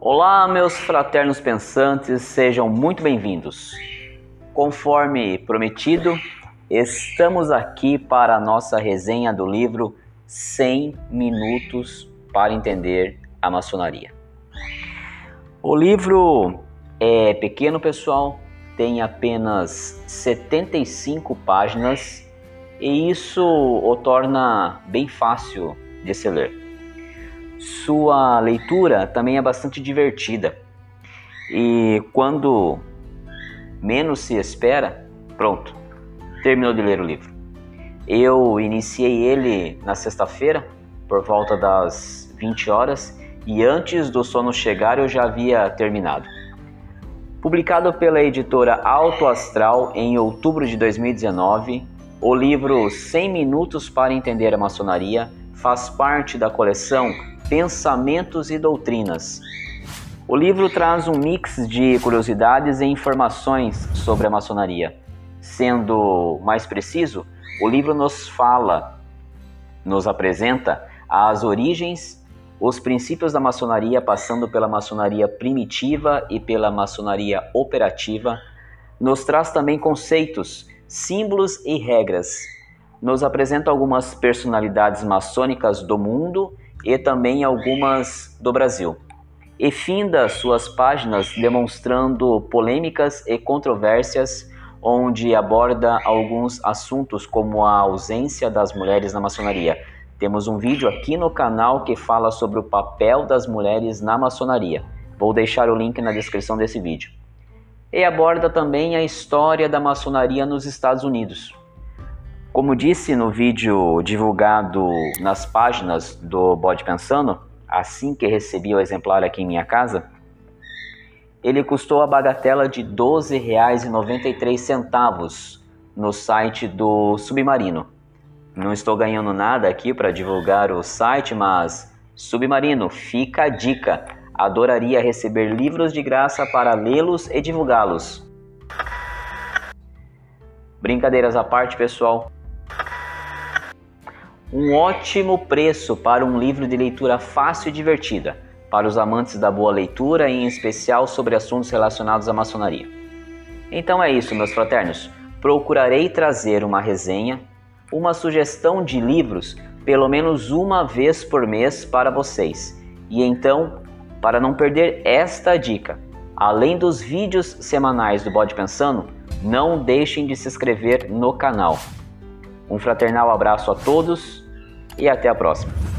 Olá, meus fraternos pensantes, sejam muito bem-vindos. Conforme prometido, estamos aqui para a nossa resenha do livro 100 Minutos para Entender a Maçonaria. O livro é pequeno, pessoal, tem apenas 75 páginas e isso o torna bem fácil de se ler. Sua leitura também é bastante divertida e quando menos se espera, pronto, terminou de ler o livro. Eu iniciei ele na sexta-feira, por volta das 20 horas, e antes do sono chegar eu já havia terminado. Publicado pela editora Alto Astral em outubro de 2019, o livro 100 Minutos para Entender a Maçonaria faz parte da coleção Pensamentos e Doutrinas. O livro traz um mix de curiosidades e informações sobre a maçonaria. Sendo mais preciso, o livro nos apresenta as origens, os princípios da maçonaria, passando pela maçonaria primitiva e pela maçonaria operativa. Nos traz também conceitos, símbolos e regras. Nos apresenta algumas personalidades maçônicas do mundo e também algumas do Brasil. E finda suas páginas demonstrando polêmicas e controvérsias, onde aborda alguns assuntos como a ausência das mulheres na maçonaria. Temos um vídeo aqui no canal que fala sobre o papel das mulheres na maçonaria. Vou deixar o link na descrição desse vídeo. E aborda também a história da maçonaria nos Estados Unidos. Como disse no vídeo divulgado nas páginas do Bode Pensando, assim que recebi o exemplar aqui em minha casa, ele custou a bagatela de R$ 12,93 no site do Submarino. Não estou ganhando nada aqui para divulgar o site, mas Submarino, fica a dica. Adoraria receber livros de graça para lê-los e divulgá-los. Brincadeiras à parte, pessoal. Um ótimo preço para um livro de leitura fácil e divertida, para os amantes da boa leitura e em especial sobre assuntos relacionados à maçonaria. Então é isso, meus fraternos. Procurarei trazer uma resenha, uma sugestão de livros, pelo menos uma vez por mês para vocês. E então, para não perder esta dica, além dos vídeos semanais do Bode Pensando, não deixem de se inscrever no canal. Um fraternal abraço a todos e até a próxima.